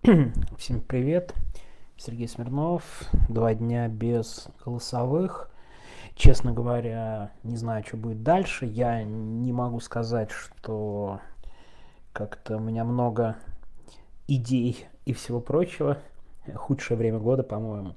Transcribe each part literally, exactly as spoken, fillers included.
Всем привет, Сергей Смирнов. Два дня без голосовых. Честно говоря, не знаю, что будет дальше. Я не могу сказать, что как-то у меня много идей и всего прочего. Худшее время года, по-моему.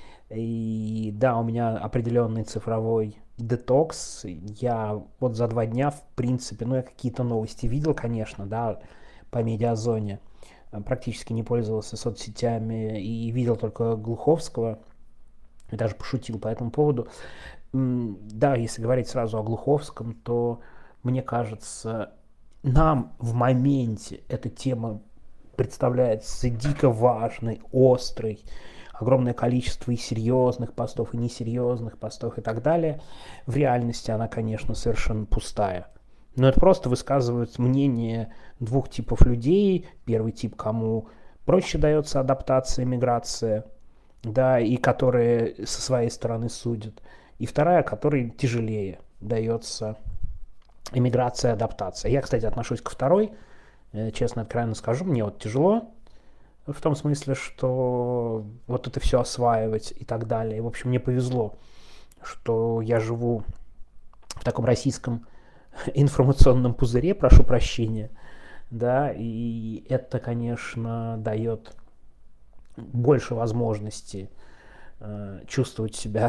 И да, у меня определенный цифровой детокс. Я вот за два дня, в принципе, ну, я какие-то новости видел, конечно, да, по медиазоне. Практически не пользовался соцсетями и видел только Глуховского. И даже пошутил по этому поводу. Да, если говорить сразу о Глуховском, то мне кажется, нам в моменте эта тема представляется дико важной, острой. Огромное количество и серьезных постов, и несерьезных постов и так далее. В реальности она, конечно, совершенно пустая. Но это просто высказывают мнение двух типов людей. Первый тип, кому проще дается адаптация, миграция, да, и которые со своей стороны судят. И вторая, которой тяжелее дается иммиграция, адаптация. Я, кстати, отношусь ко второй. Честно, откровенно скажу, мне вот тяжело. В том смысле, что вот это все осваивать и так далее. В общем, мне повезло, что я живу в таком российском информационном пузыре, прошу прощения, да, и это, конечно, дает больше возможностей э, чувствовать себя,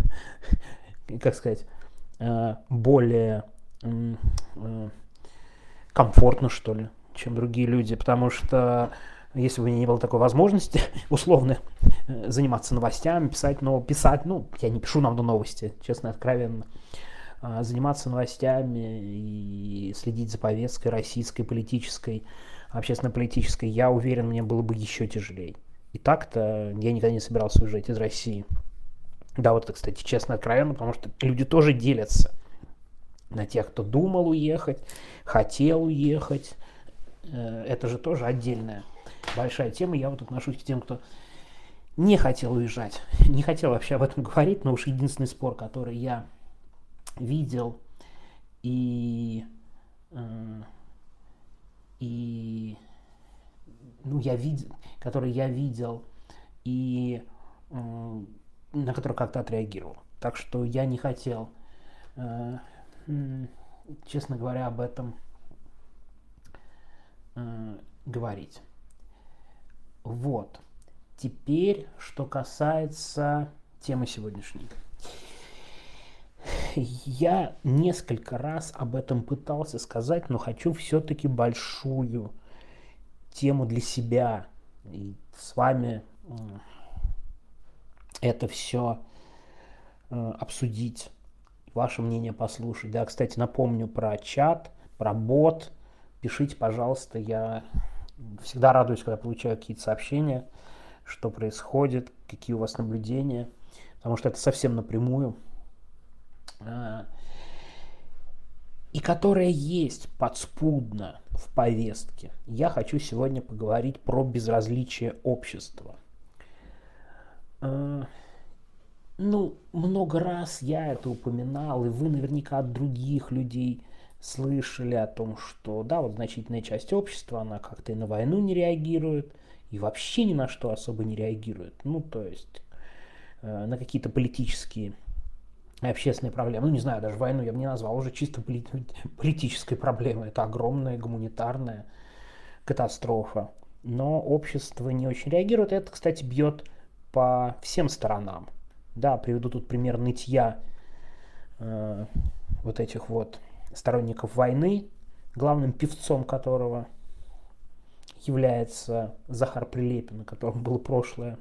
как сказать, э, более э, комфортно, что ли, чем другие люди, потому что если бы у меня не было такой возможности, условно, заниматься новостями, писать, но писать, ну, я не пишу нам новости, честно, откровенно, заниматься новостями и следить за повесткой российской, политической, общественно-политической, я уверен, мне было бы еще тяжелее. И так-то я никогда не собирался уезжать из России. Да, вот это, кстати, честно, откровенно, потому что люди тоже делятся на тех, кто думал уехать, хотел уехать. Это же тоже отдельная большая тема. Я вот отношусь к тем, кто не хотел уезжать. Не хотел вообще об этом говорить, но уж единственный спор, который я видел и, э, и ну, я видел, который я видел и э, на который как-то отреагировал. Так что я не хотел, э, честно говоря, об этом э, говорить. Вот. Теперь, что касается темы сегодняшней. Я несколько раз об этом пытался сказать, но хочу все-таки большую тему для себя и с вами это все обсудить, ваше мнение послушать. Да, кстати, напомню про чат, про бот. Пишите, пожалуйста, я всегда радуюсь, когда получаю какие-то сообщения, что происходит, какие у вас наблюдения, потому что это совсем напрямую. И которая есть подспудно в повестке. Я хочу сегодня поговорить про безразличие общества. Ну, много раз я это упоминал, и вы наверняка от других людей слышали о том, что, да, вот значительная часть общества, она как-то и на войну не реагирует, и вообще ни на что особо не реагирует. Ну, то есть э, на какие-то политические и общественные проблемы. Ну, не знаю, даже войну я бы не назвал уже чисто политической проблемой. Это огромная гуманитарная катастрофа. Но общество не очень реагирует. Это, кстати, бьет по всем сторонам. Да, приведу тут пример нытья э, вот этих вот сторонников войны, главным певцом которого является Захар Прилепин, у которого было прошлое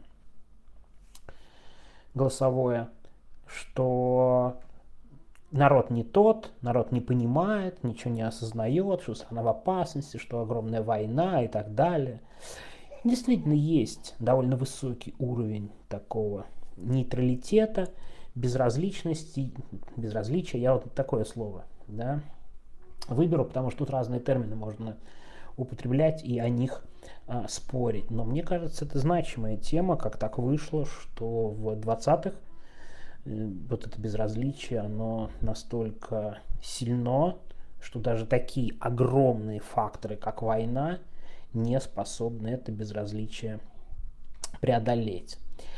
голосовое, что народ не тот, народ не понимает, ничего не осознает, что страна в опасности, что огромная война и так далее. Действительно есть довольно высокий уровень такого нейтралитета, безразличности, безразличия, я вот такое слово, да, выберу, потому что тут разные термины можно употреблять и о них а, спорить. Но мне кажется, это значимая тема, как так вышло, что в двадцатых э, вот это безразличие, оно настолько сильно, что даже такие огромные факторы, как война, не способны это безразличие преодолеть.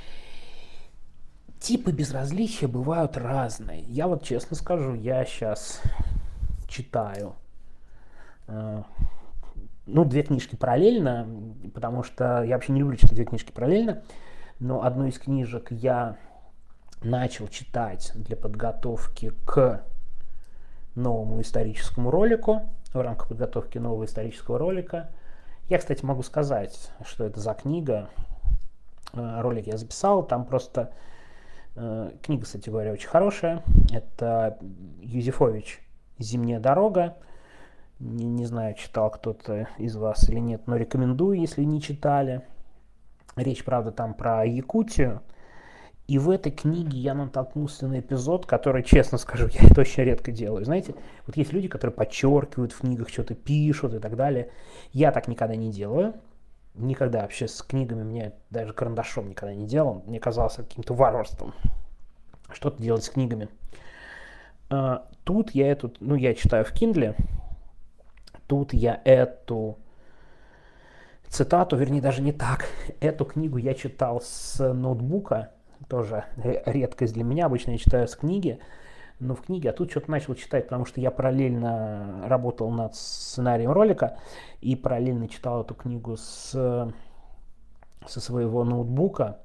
Типы безразличия бывают разные. Я вот честно скажу, я сейчас читаю э, ну, две книжки параллельно, потому что я вообще не люблю читать две книжки параллельно, но одну из книжек я начал читать для подготовки к новому историческому ролику, в рамках подготовки нового исторического ролика. Я, кстати, могу сказать, что это за книга. Ролик я записал, там просто книга, кстати говоря, очень хорошая. Это Юзефович «Зимняя дорога». Не, не знаю, читал кто-то из вас или нет, но рекомендую, если не читали. Речь, правда, там про Якутию. И в этой книге я натолкнулся на эпизод, который, честно скажу, я это очень редко делаю. Знаете, вот есть люди, которые подчеркивают в книгах, что-то пишут и так далее. Я так никогда не делаю. Никогда вообще с книгами, мне даже карандашом никогда не делал. Мне казалось каким-то варварством что-то делать с книгами. А, тут я эту, ну, я читаю в Kindle. Тут я эту цитату, вернее, даже не так. Эту книгу я читал с ноутбука. Тоже редкость для меня, обычно я читаю с книги, но в книге, а тут что-то начал читать, потому что я параллельно работал над сценарием ролика и параллельно читал эту книгу с, со своего ноутбука,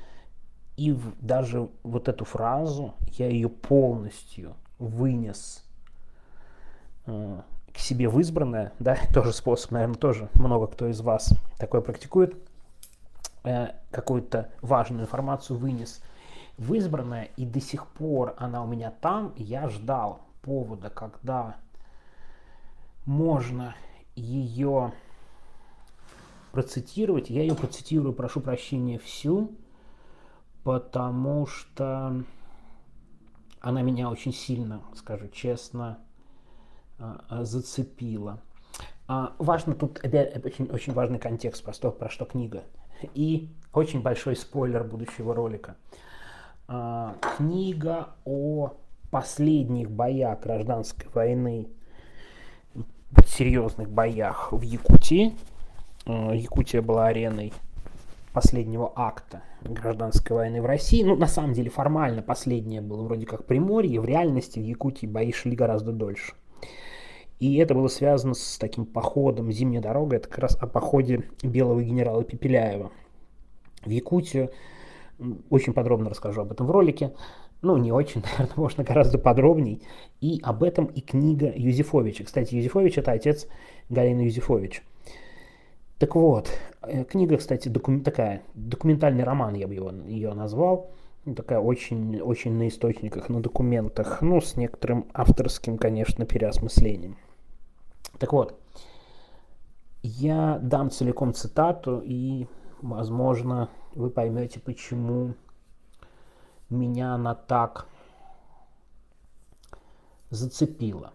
и в, даже вот эту фразу я ее полностью вынес э, к себе в избранное, да, тоже способ, наверное, тоже много кто из вас такое практикует, какую-то важную информацию вынес в избранное, и до сих пор она у меня там, и я ждал повода, когда можно ее процитировать. Я ее процитирую, прошу прощения, всю, потому что она меня очень сильно, скажу честно, зацепила. Важно тут, очень, очень важный контекст, про что, про что книга. И очень большой спойлер будущего ролика. А, книга о последних боях гражданской войны, серьезных боях в Якутии. А, Якутия была ареной последнего акта гражданской войны в России. Ну, на самом деле, формально последнее было вроде как Приморье. В реальности в Якутии бои шли гораздо дольше. И это было связано с таким походом «Зимняя дорога». Это как раз о походе белого генерала Пепеляева в Якутию. Очень подробно расскажу об этом в ролике. Ну, не очень, наверное, можно гораздо подробней. И об этом и книга Юзефовича. Кстати, Юзефович — это отец Галины Юзефович. Так вот, книга, кстати, докум... такая, документальный роман, я бы его, ее назвал. Такая очень, очень на источниках, на документах. Ну, с некоторым авторским, конечно, переосмыслением. Так вот, я дам целиком цитату, и, возможно, вы поймете, почему меня она так зацепила.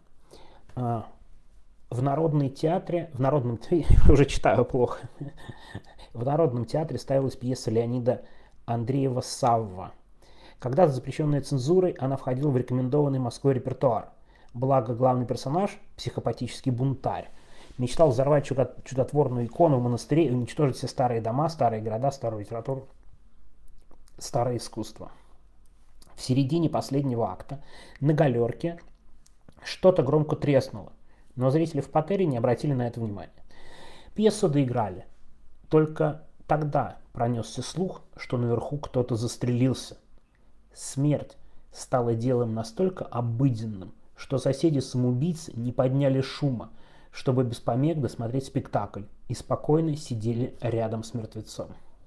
В Народном театре, в Народном, уже читаю плохо, в Народном театре ставилась пьеса Леонида Андреева «Савва». Когда-то запрещенная цензурой, она входила в рекомендованный Москвой репертуар. Благо, главный персонаж, психопатический бунтарь, мечтал взорвать чудотворную икону в монастыре и уничтожить все старые дома, старые города, старую литературу, старое искусство. В середине последнего акта на галерке что-то громко треснуло, но зрители в партере не обратили на это внимания. Пьесу доиграли. Только тогда пронесся слух, что наверху кто-то застрелился. Смерть стала делом настолько обыденным, что соседи-самоубийцы не подняли шума, чтобы без помех досмотреть спектакль, и спокойно сидели рядом с мертвецом.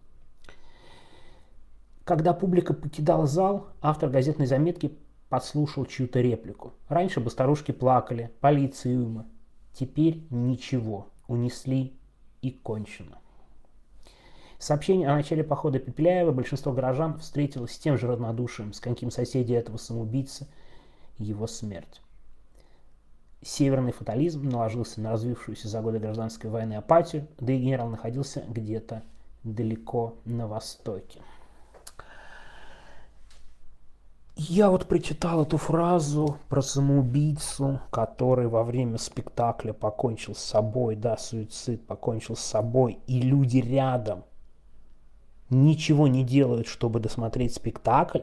Когда публика покидала зал, автор газетной заметки подслушал чью-то реплику. Раньше бы старушки плакали, полиция уйма. Теперь ничего, унесли и кончено. Сообщение о начале похода Пепеляева большинство горожан встретилось с тем же равнодушием, с каким соседи этого самоубийцы его смерть. Северный фатализм наложился на развившуюся за годы гражданской войны апатию, да и генерал находился где-то далеко на востоке. Я вот прочитал эту фразу про самоубийцу, который во время спектакля покончил с собой, да, суицид, покончил с собой, и люди рядом ничего не делают, чтобы досмотреть спектакль.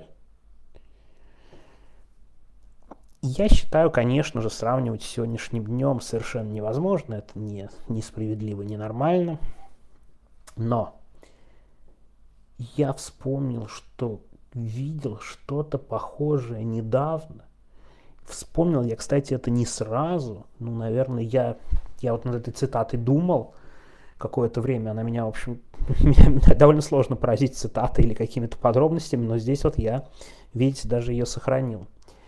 Я считаю, конечно же, сравнивать с сегодняшним днем совершенно невозможно, это не, несправедливо, ненормально. Но я вспомнил, что видел что-то похожее недавно. Вспомнил я, кстати, это не сразу. Ну, наверное, я, я вот над этой цитатой думал какое-то время. Она меня, в общем, меня довольно сложно поразить цитатой или какими-то подробностями, но здесь вот я, видите, даже ее сохранил.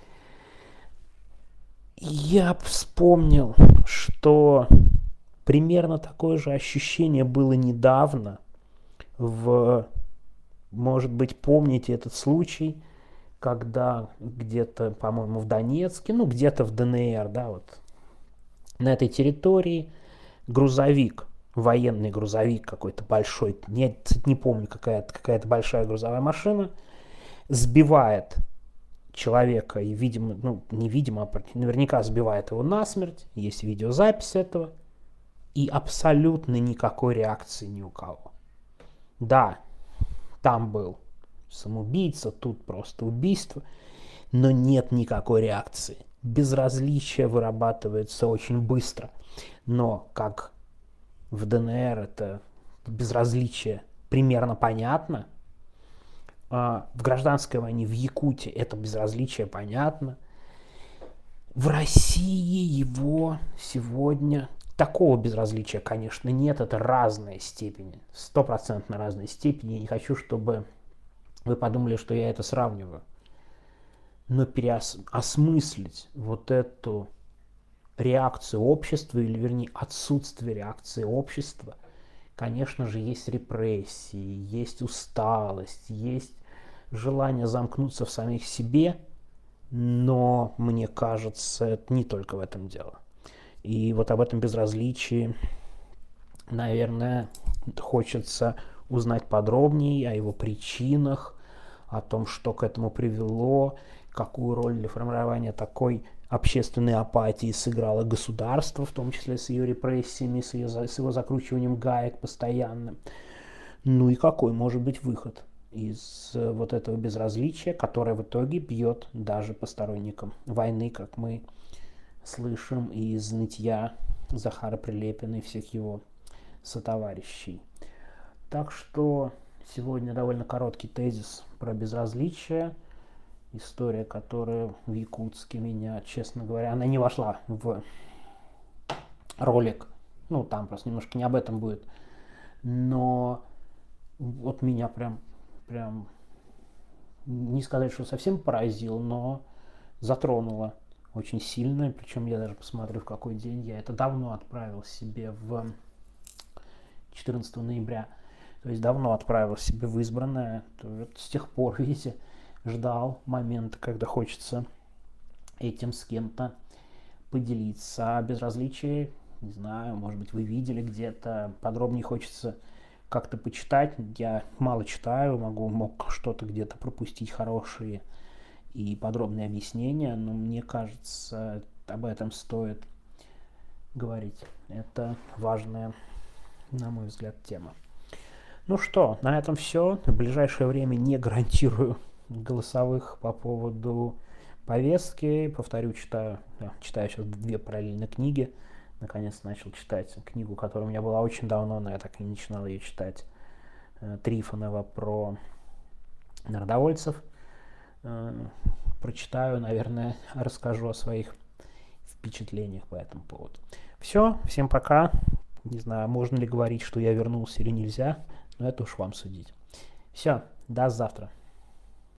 Я вспомнил, что примерно такое же ощущение было недавно в... Может быть, помните этот случай, когда где-то, по-моему, в Донецке, ну, где-то в ДНР, да, вот, на этой территории грузовик, военный грузовик какой-то большой, не, не помню, какая-то, какая-то большая грузовая машина, сбивает человека, и, видимо, ну, невидимо, а наверняка сбивает его насмерть, есть видеозапись этого, и абсолютно никакой реакции ни у кого. Да, там был самоубийца, тут просто убийство, но нет никакой реакции. Безразличие вырабатывается очень быстро. Но как в ДНР это безразличие примерно понятно, в гражданской войне в Якутии это безразличие понятно, в России его сегодня такого безразличия, конечно, нет. Это разные степени, стопроцентно разные степени. Я не хочу, чтобы вы подумали, что я это сравниваю. Но переосмыслить вот эту реакцию общества, или, вернее, отсутствие реакции общества, конечно же, есть репрессии, есть усталость, есть желание замкнуться в самих себе, но, мне кажется, это не только в этом дело. И вот об этом безразличии, наверное, хочется узнать подробнее, о его причинах, о том, что к этому привело, какую роль для формирования такой общественной апатии сыграло государство, в том числе с ее репрессиями, с, ее, с его закручиванием гаек постоянным. Ну и какой может быть выход из вот этого безразличия, которое в итоге бьет даже по сторонникам войны, как мы слышим из нытья Захара Прилепина и всех его сотоварищей. Так что сегодня довольно короткий тезис про безразличие. История, которая в Якутске меня, честно говоря, она не вошла в ролик. Ну, там просто немножко не об этом будет. Но вот меня прям, прям, не сказать, что совсем поразил, но затронуло очень сильно, причем я даже посмотрю, в какой день я это давно отправил себе в четырнадцатого ноября, то есть давно отправил себе в избранное, с тех пор, видите, ждал момента, когда хочется этим с кем-то поделиться. А безразличие, не знаю, может быть, вы видели где-то, подробнее хочется как-то почитать. Я мало читаю, могу мог что-то где-то пропустить хорошие и подробные объяснения, но мне кажется, об этом стоит говорить. Это важная, на мой взгляд, тема. Ну что, на этом все. В ближайшее время не гарантирую голосовых по поводу повестки. Повторю, читаю, читаю сейчас две параллельно книги. Наконец начал читать книгу, которая у меня была очень давно, но я так и не начинал ее читать. Трифонова про народовольцев. Прочитаю, наверное, расскажу о своих впечатлениях по этому поводу. Все, всем пока. Не знаю, можно ли говорить, что я вернулся или нельзя, но это уж вам судить. Все, до завтра.